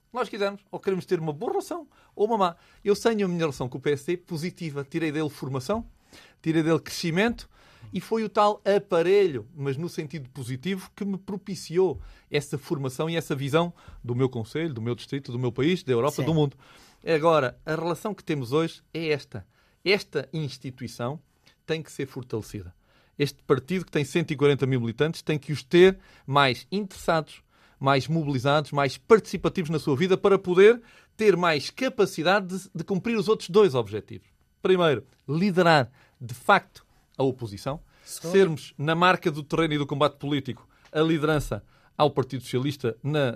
Ou queremos ter uma boa relação ou uma má. Eu tenho a minha relação com o PSD positiva. Tirei dele formação, tirei dele crescimento e foi o tal aparelho, mas no sentido positivo, que me propiciou essa formação e essa visão do meu concelho, do meu distrito, do meu país, da Europa, do mundo. Agora, a relação que temos hoje é esta. Esta instituição tem que ser fortalecida. Este partido, que tem 140 mil militantes, tem que os ter mais interessados, mais mobilizados, mais participativos na sua vida, para poder ter mais capacidade de cumprir os outros 2 objetivos. Primeiro, liderar de facto a oposição. Sermos, na marca do terreno e do combate político, a liderança ao Partido Socialista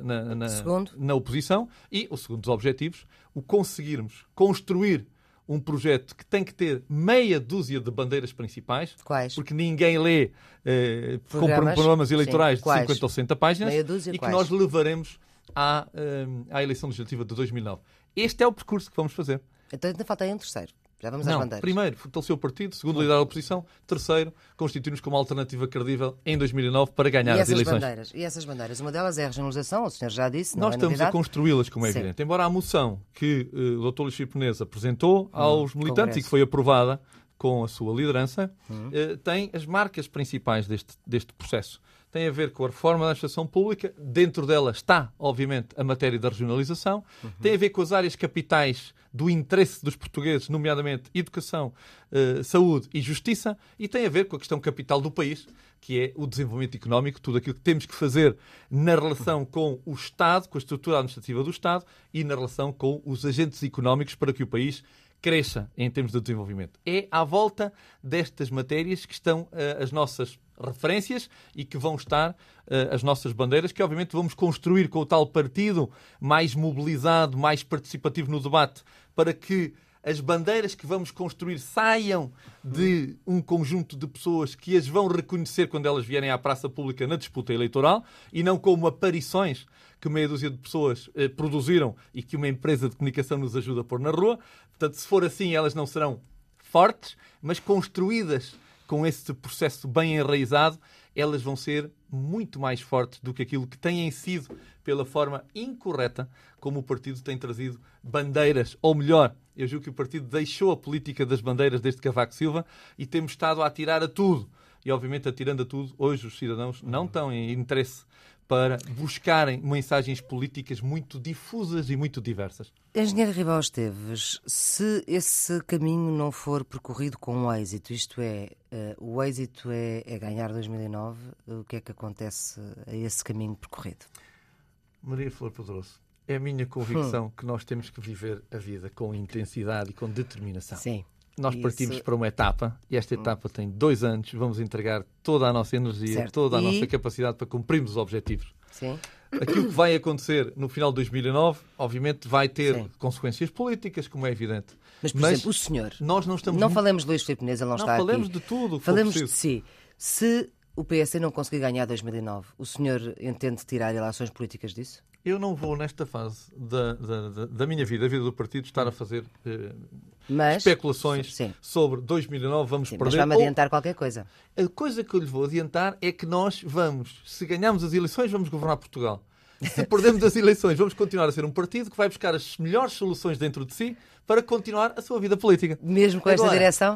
na oposição. E o segundo dos objetivos, o conseguirmos construir um projeto que tem que ter meia dúzia de bandeiras principais. Quais? Porque ninguém lê programas eleitorais de 50 ou 60 páginas, e que nós levaremos à eleição legislativa de 2009. Este é o percurso que vamos fazer. Então ainda falta aí um terceiro. Já vamos às bandeiras. Primeiro, fortalecer o partido. Segundo, liderar a oposição. Terceiro, constituir-nos como alternativa credível em 2009 para ganhar as eleições. E essas bandeiras? Uma delas é a regionalização, o senhor já disse. Nós estamos a construí-las, como é evidente. Embora a moção que o Dr. Luís Filipe Menezes apresentou aos militantes e que foi aprovada com a sua liderança, tem as marcas principais deste processo. Tem a ver com a reforma da administração pública. Dentro dela está, obviamente, a matéria da regionalização. Tem a ver com as áreas capitais do interesse dos portugueses, nomeadamente educação, saúde e justiça. E tem a ver com a questão capital do país, que é o desenvolvimento económico, tudo aquilo que temos que fazer na relação com o Estado, com a estrutura administrativa do Estado e na relação com os agentes económicos para que o país cresça em termos de desenvolvimento. É à volta destas matérias que estão as nossas referências e que vão estar as nossas bandeiras, que obviamente vamos construir com o tal partido mais mobilizado, mais participativo no debate, para que as bandeiras que vamos construir saiam de um conjunto de pessoas que as vão reconhecer quando elas vierem à praça pública na disputa eleitoral, e não como aparições que meia dúzia de pessoas produziram e que uma empresa de comunicação nos ajuda a pôr na rua. Portanto, se for assim, elas não serão fortes, mas construídas com esse processo bem enraizado, elas vão ser muito mais fortes do que aquilo que têm sido pela forma incorreta como o partido tem trazido bandeiras. Ou melhor, eu julgo que o partido deixou a política das bandeiras desde Cavaco Silva e temos estado a atirar a tudo. E, obviamente, atirando a tudo, hoje os cidadãos não estão em interesse para buscarem mensagens políticas muito difusas e muito diversas. Engenheiro Ribal Esteves, se esse caminho não for percorrido com êxito, isto é, o êxito é ganhar 2009, o que é que acontece a esse caminho percorrido? Maria Flor Pedroso, é a minha convicção que nós temos que viver a vida com intensidade e com determinação. Sim. Nós partimos para uma etapa, e esta etapa tem 2 anos, vamos entregar toda a nossa energia, certo. Toda a nossa capacidade para cumprirmos os objetivos. Sim. Aquilo que vai acontecer no final de 2009, obviamente, vai ter consequências políticas, como é evidente. Mas, por exemplo, o senhor... Nós não estamos... Não falamos de Luís Filipe Inês, ele não está aqui. Não, falamos de tudo. Falamos de si. Se o PSD não conseguir ganhar 2009, o senhor entende tirar ilações políticas disso? Eu não vou, nesta fase da minha vida, a vida do partido, estar a fazer especulações sobre 2009, vamos perder. Mas vai-me adiantar qualquer coisa. A coisa que eu lhe vou adiantar é que nós vamos, se ganharmos as eleições, vamos governar Portugal. Se perdemos as eleições, vamos continuar a ser um partido que vai buscar as melhores soluções dentro de si para continuar a sua vida política. Mesmo com esta direção?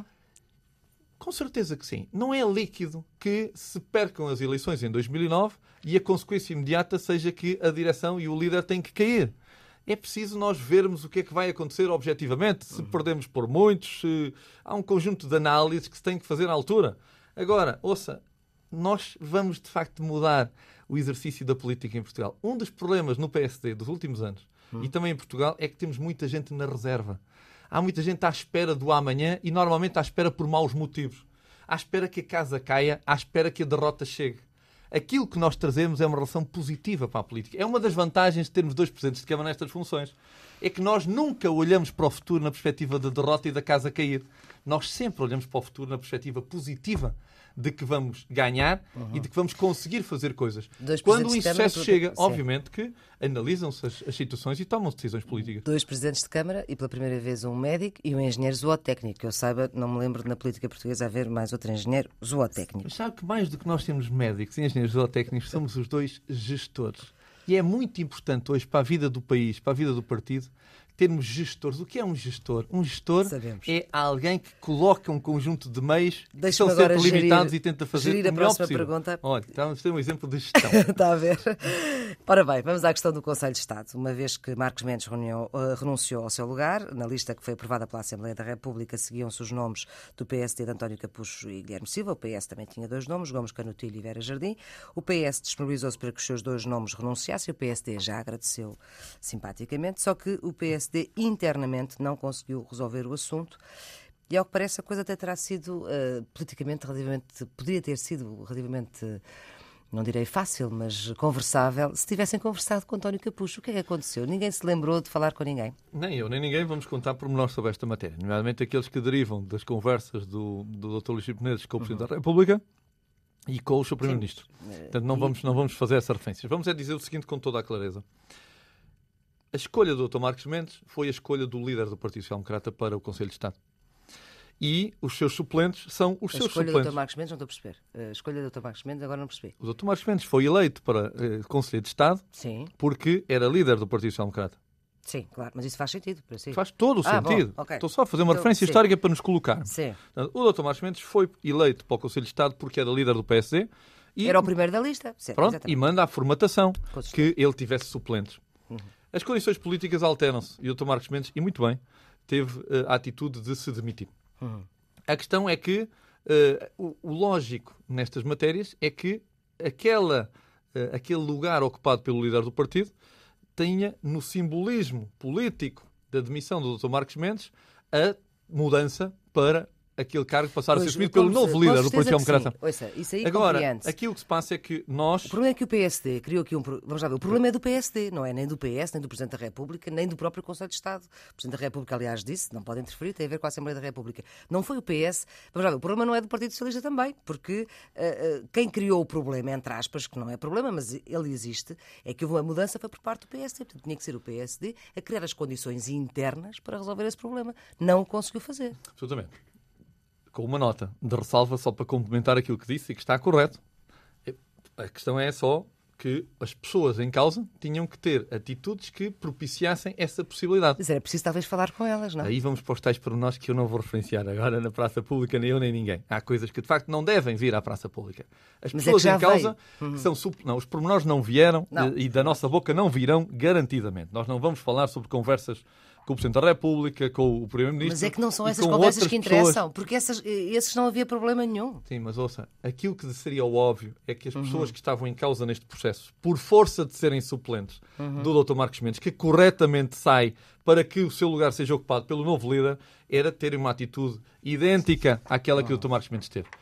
Com certeza que sim. Não é líquido que se percam as eleições em 2009 e a consequência imediata seja que a direção e o líder têm que cair. É preciso nós vermos o que é que vai acontecer objetivamente. Se perdemos por muitos, há um conjunto de análises que se tem que fazer à altura. Agora, ouça, nós vamos de facto mudar o exercício da política em Portugal. Um dos problemas no PSD dos últimos anos e também em Portugal é que temos muita gente na reserva. Há muita gente à espera do amanhã e normalmente à espera por maus motivos. À espera que a casa caia, à espera que a derrota chegue. Aquilo que nós trazemos é uma relação positiva para a política. É uma das vantagens de termos 2 presidentes de Câmara nestas funções. É que nós nunca olhamos para o futuro na perspectiva da derrota e da casa cair. Nós sempre olhamos para o futuro na perspectiva positiva de que vamos ganhar e de que vamos conseguir fazer coisas. Quando o insucesso chega, obviamente que analisam-se as situações e tomam-se decisões políticas. 2 presidentes de Câmara e pela primeira vez um médico e um engenheiro zootécnico. Que eu saiba, não me lembro de na política portuguesa haver mais outro engenheiro zootécnico. Mas sabe que mais do que nós temos médicos e engenheiros zootécnicos, somos os 2 gestores. E é muito importante hoje para a vida do país, para a vida do partido, termos gestores. O que é um gestor? Um gestor é alguém que coloca um conjunto de meios que são sempre limitados e tenta fazer o melhor possível. Pergunta. Olha, vamos ter um exemplo de gestão. Está a ver? Ora bem, vamos à questão do Conselho de Estado. Uma vez que Marcos Mendes renunciou ao seu lugar, na lista que foi aprovada pela Assembleia da República seguiam-se os nomes do PSD de António Capucho e Guilherme Silva. O PS também tinha 2 nomes, Gomes Canutilho e Vera Jardim. O PS disponibilizou-se para que os seus 2 nomes renunciassem. O PSD já agradeceu simpaticamente, só que o PSD internamente não conseguiu resolver o assunto e, ao que parece, a coisa até terá sido politicamente relativamente, poderia ter sido relativamente, não direi fácil, mas conversável, se tivessem conversado com António Capucho. O que é que aconteceu? Ninguém se lembrou de falar com ninguém? Nem eu, nem ninguém vamos contar pormenores sobre esta matéria, nomeadamente aqueles que derivam das conversas do Dr. Luís Filipe Menezes com o Presidente da República e com o Sr. Primeiro-Ministro. Portanto, não vamos fazer essa referência. Vamos dizer o seguinte com toda a clareza. A escolha do Dr. Marcos Mendes foi a escolha do líder do Partido Social Democrata para o Conselho de Estado. E os seus suplentes são os seus suplentes. A escolha do Dr. Marcos Mendes, não estou a perceber. A escolha do Dr. Marcos Mendes, agora não percebi. O Dr. Marcos Mendes foi eleito para Conselheiro de Estado porque era líder do Partido Social Democrata. Sim, claro, mas isso faz sentido para si. Faz todo o sentido. Bom, okay. Estou só a fazer uma referência histórica para nos colocar. Sim. O Dr. Marcos Mendes foi eleito para o Conselho de Estado porque era líder do PSD. Era o primeiro da lista. Pronto, e manda a formatação que ele tivesse suplentes. As condições políticas alteram-se e o Dr. Marcos Mendes, e muito bem, teve a atitude de se demitir. A questão é que o lógico nestas matérias é que aquele lugar ocupado pelo líder do partido tenha no simbolismo político da demissão do Dr. Marcos Mendes a mudança para aquele cargo passar a ser assumido pelo novo líder do Partido Democrata. Ouça, isso aí agora, aquilo que se passa é que nós... O problema é que o PSD criou aqui Vamos lá ver, o problema é do PSD, não é nem do PS, nem do Presidente da República, nem do próprio Conselho de Estado. O Presidente da República, aliás, disse, não pode interferir, tem a ver com a Assembleia da República. Não foi o PS. Vamos lá ver, o problema não é do Partido Socialista também, porque quem criou o problema, entre aspas, que não é problema, mas ele existe, é que houve uma mudança foi por parte do PSD. Portanto, tinha que ser o PSD a criar as condições internas para resolver esse problema. Não o conseguiu fazer. Absolutamente. Com uma nota de ressalva só para complementar aquilo que disse e que está correto. A questão é só que as pessoas em causa tinham que ter atitudes que propiciassem essa possibilidade. Mas era preciso talvez falar com elas, não? Aí vamos para os tais pormenores que eu não vou referenciar agora na praça pública, nem eu nem ninguém. Há coisas que de facto não devem vir à praça pública. As pessoas em causa são... Não, os pormenores não vieram e da nossa boca não virão garantidamente. Nós não vamos falar sobre conversas com o Presidente da República, com o Primeiro-Ministro. Mas é que não são essas conversas que interessam, porque esses não havia problema nenhum. Sim, mas ouça, aquilo que seria o óbvio é que as pessoas que estavam em causa neste processo, por força de serem suplentes do Dr. Marcos Mendes, que corretamente sai para que o seu lugar seja ocupado pelo novo líder, era terem uma atitude idêntica àquela que o Dr. Marcos Mendes teve.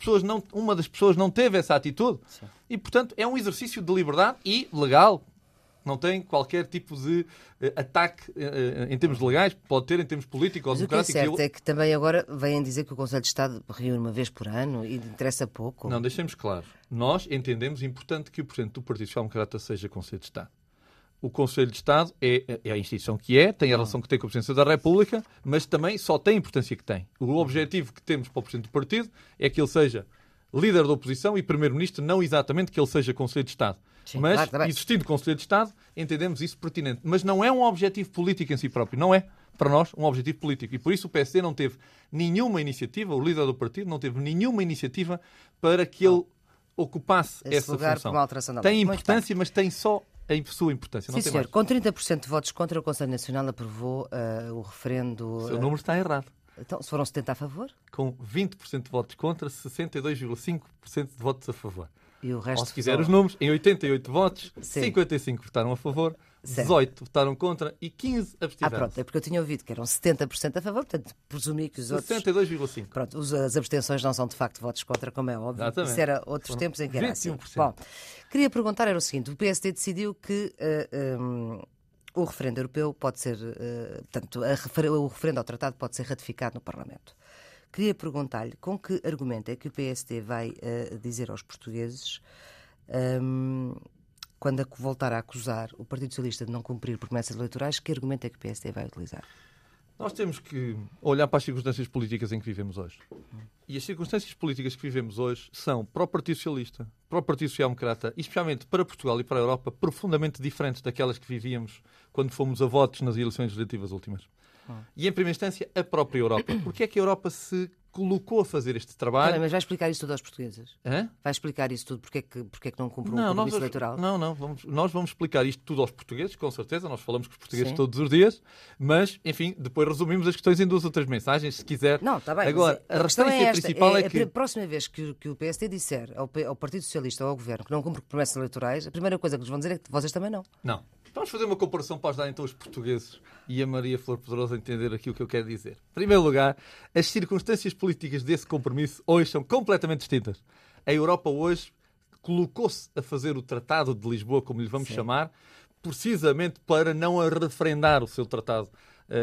Uma das pessoas não teve essa atitude. Sim. E, portanto, é um exercício de liberdade e legal. Não tem qualquer tipo de ataque em termos legais, pode ter em termos políticos ou democráticos. Mas o que é certo é que também agora vêm dizer que o Conselho de Estado reúne uma vez por ano e interessa pouco. Não, deixemos claro. Nós entendemos importante que o Presidente do Partido Social Democrata seja Conselho de Estado. O Conselho de Estado é a instituição que é, tem a relação que tem com a Presidência da República, mas também só tem a importância que tem. O objetivo que temos para o Presidente do Partido é que ele seja líder da oposição e Primeiro-Ministro, não exatamente que ele seja Conselho de Estado. Sim, mas, claro, existindo Conselho de Estado, entendemos isso pertinente. Mas não é um objetivo político em si próprio. Não é, para nós, um objetivo político. E por isso o PSD não teve nenhuma iniciativa, o líder do partido não teve nenhuma iniciativa para que ele ocupasse essa função. Tem importância, mas tem só a sua importância. Sim, senhor. Com 30% de votos contra, o Conselho Nacional aprovou o referendo... O seu número está errado. Então, se foram 70% a favor? Com 20% de votos contra, 62,5% de votos a favor. E o resto, ou se quiser os números, em 88 votos, sim, 55 votaram a favor, 18 votaram contra e 15 abstiveram. Pronto, é porque eu tinha ouvido que eram 70% a favor, portanto, presumi que os outros... 62,5%. Pronto, as abstenções não são de facto votos contra, como é óbvio. Exatamente. Isso era outros tempos em que era 21%. Assim. Bom, queria perguntar, era o seguinte, o PSD decidiu que... o referendo europeu pode ser, portanto, o referendo ao tratado pode ser ratificado no Parlamento. Queria perguntar-lhe com que argumento é que o PSD vai dizer aos portugueses, quando voltar a acusar o Partido Socialista de não cumprir promessas eleitorais, que argumento é que o PSD vai utilizar? Nós temos que olhar para as circunstâncias políticas em que vivemos hoje. E as circunstâncias políticas que vivemos hoje são, para o Partido Socialista, para o Partido Social Democrata, e especialmente para Portugal e para a Europa, profundamente diferentes daquelas que vivíamos quando fomos a votos nas eleições legislativas últimas. E, em primeira instância, a própria Europa. Porque é que a Europa se colocou a fazer este trabalho? Mas vai explicar isso tudo aos portugueses? Vai explicar isso tudo? Porque é que não cumpre um compromisso eleitoral? Nós vamos explicar isto tudo aos portugueses, com certeza. Nós falamos com os portugueses todos os dias. Mas, enfim, depois resumimos as questões em 2 ou 3 mensagens, se quiser. Não, está bem. Agora, a referência principal é que... A próxima vez que o PSD disser ao Partido Socialista ou ao Governo que não cumpre promessas eleitorais, a primeira coisa que lhes vão dizer é que vocês também não. Não. Vamos fazer uma comparação para ajudar então os portugueses e a Maria Flor Pedrosa a entender aquilo que eu quero dizer. Em primeiro lugar, as circunstâncias políticas desse compromisso hoje são completamente distintas. A Europa hoje colocou-se a fazer o Tratado de Lisboa, como lhe vamos chamar, precisamente para não referendar o seu tratado,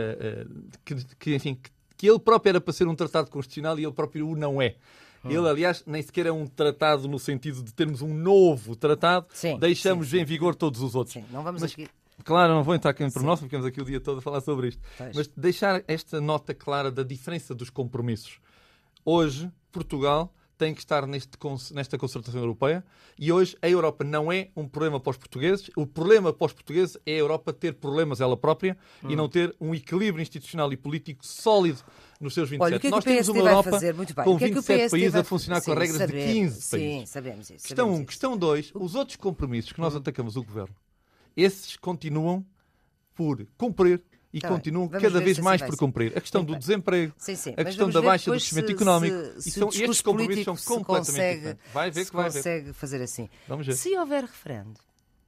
que ele próprio era para ser um tratado constitucional e ele próprio o não é. Ele, aliás, nem sequer é um tratado no sentido de termos um novo tratado, deixamos em vigor todos os outros. Sim, não vamos aqui... Claro, não vou entrar aqui por nós, ficamos aqui o dia todo a falar sobre isto. Mas deixar esta nota clara da diferença dos compromissos. Hoje, Portugal tem que estar nesta concertação europeia e hoje a Europa não é um problema para os portugueses. O problema para os portugueses é a Europa ter problemas ela própria e não ter um equilíbrio institucional e político sólido nos seus 27. Olha, o que é que Nós temos uma Europa com 27 países a funcionar com regras de 15 países. Sim, sabemos isso. Questão 1. Questão 2. Os outros compromissos que nós atacamos o Governo, esses continuam por cumprir e continuam cada vez mais por cumprir. A questão do desemprego, a questão da baixa do crescimento económico, estes compromissos são completamente diferentes. Vai ver que vai ver. Consegue fazer assim. Vamos ver. Se houver referendo,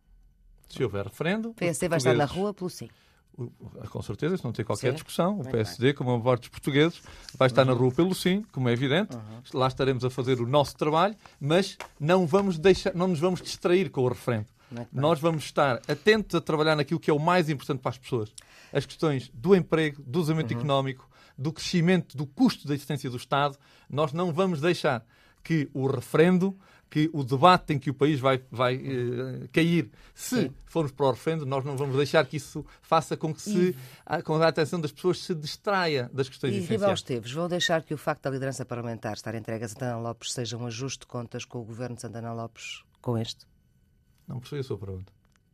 o PSD vai estar na rua pelo sim. Com certeza, isso não tem qualquer discussão. O PSD, como a maior dos portugueses, vai estar na rua pelo sim, como é evidente. Lá estaremos a fazer o nosso trabalho, mas não nos vamos distrair com o referendo. Nós vamos estar atentos a trabalhar naquilo que é o mais importante para as pessoas. As questões do emprego, do desenvolvimento económico, do crescimento, do custo da existência do Estado. Nós não vamos deixar que o referendo, que o debate em que o país vai cair, se formos para o referendo, nós não vamos deixar que isso faça com que com a atenção das pessoas se distraia das questões essenciais. E Ribal Esteves, vão deixar que o facto da liderança parlamentar estar entregue a Santana Lopes seja um ajuste de contas com o governo de Santana Lopes com este? Não percebi a sua pergunta.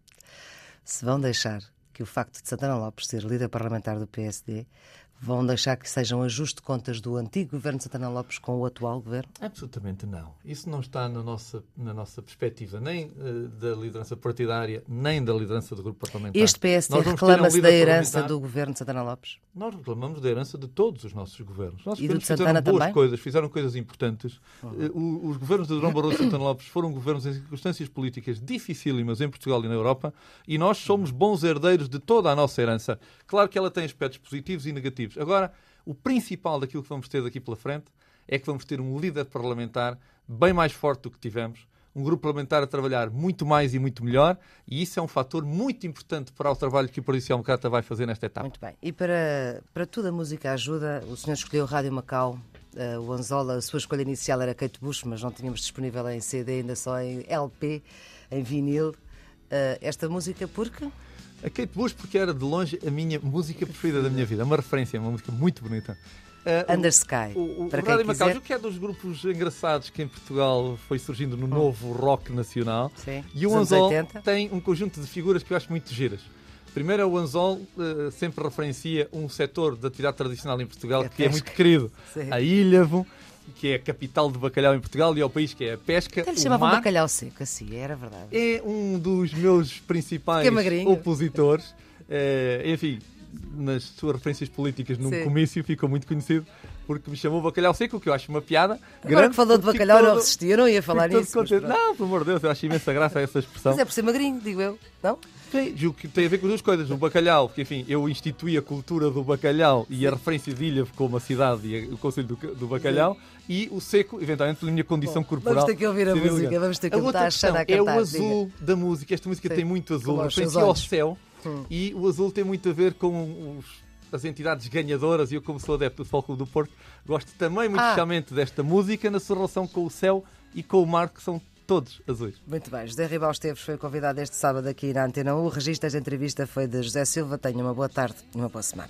Se vão deixar que o facto de Santana Lopes ser líder parlamentar do PSD, vão deixar que sejam ajuste de contas do antigo governo de Santana Lopes com o atual governo? Absolutamente não. Isso não está na nossa perspectiva, nem da liderança partidária, nem da liderança do grupo parlamentar. Este PSD reclama-se da herança do governo de Santana Lopes? Nós reclamamos da herança de todos os nossos governos. Os nossos e governos do de Santana fizeram boas também? coisas, fizeram coisas importantes. Os governos de Durão Barroso e Santana Lopes foram governos em circunstâncias políticas dificílimas em Portugal e na Europa, e nós somos bons herdeiros de toda a nossa herança. Claro que ela tem aspectos positivos e negativos. Agora, o principal daquilo que vamos ter daqui pela frente é que vamos ter um líder parlamentar bem mais forte do que tivemos, um grupo parlamentar a trabalhar muito mais e muito melhor, e isso é um fator muito importante para o trabalho que o Partido Social Democrata vai fazer nesta etapa. Muito bem. E para tudo a música ajuda, o senhor escolheu Rádio Macau, o Anzola, a sua escolha inicial era Kate Bush, mas não tínhamos disponível em CD, ainda só em LP, em vinil. Esta música porque... A Kate Bush porque era de longe a minha música preferida da minha vida. É uma referência, uma música muito bonita. Under Sky. Para quem Rádio Macau, que é dos grupos engraçados que em Portugal foi surgindo no novo rock nacional. Sim. E o Anzol tem um conjunto de figuras que eu acho muito giras. Primeiro é o Anzol, sempre referencia um setor da atividade tradicional em Portugal que é muito querido. Sim. A Ilhavo, que é a capital do bacalhau em Portugal, e ao país que é a pesca. Até lhe chamavam bacalhau seco, assim, era verdade. É um dos meus principais opositores. Enfim, nas suas referências políticas num comício ficou muito conhecido porque me chamou bacalhau seco, o que eu acho uma piada. Agora que falou de bacalhau não resisti, eu não ia falar nisso. Não, pelo amor de Deus, eu acho imensa graça essa expressão. Mas é por ser magrinho, digo eu, não? Sim, julgo que tem a ver com duas coisas. O bacalhau, porque enfim, eu instituí a cultura do bacalhau e a referência de Ilhavo como a cidade e o concelho do bacalhau, e o seco, eventualmente, pela minha condição corporal. Vamos ter que ouvir a música, vamos ter que estar a achar a cantar. É o azul da música. Esta música tem muito azul, referência ao céu, e o azul tem muito a ver com as entidades ganhadoras, e eu, como sou adepto do Futebol do Porto, gosto também muito especialmente desta música na sua relação com o céu e com o mar, que são todos azuis. Muito bem. José Ribal Esteves foi convidado este sábado aqui na Antena 1. O registro desta entrevista foi de José Silva. Tenha uma boa tarde e uma boa semana.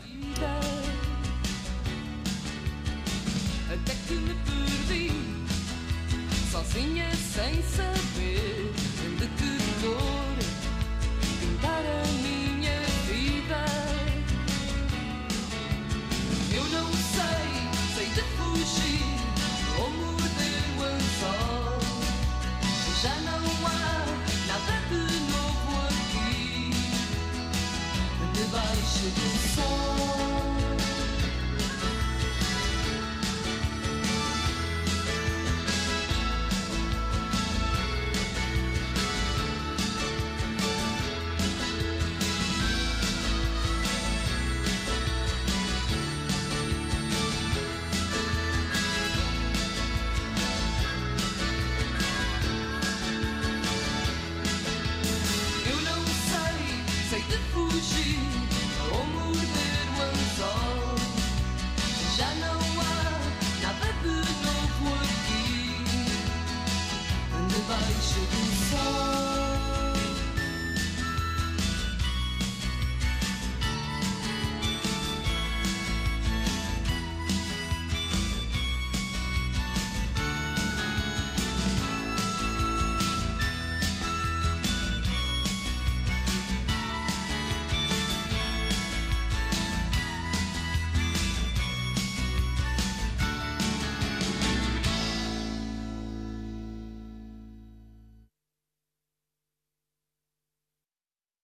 Até que me perdi, sozinha sem saber de que cor pintar a minha vida. Eu não sei de fugir ou morder o anzol. Já não há nada de novo aqui debaixo do sol.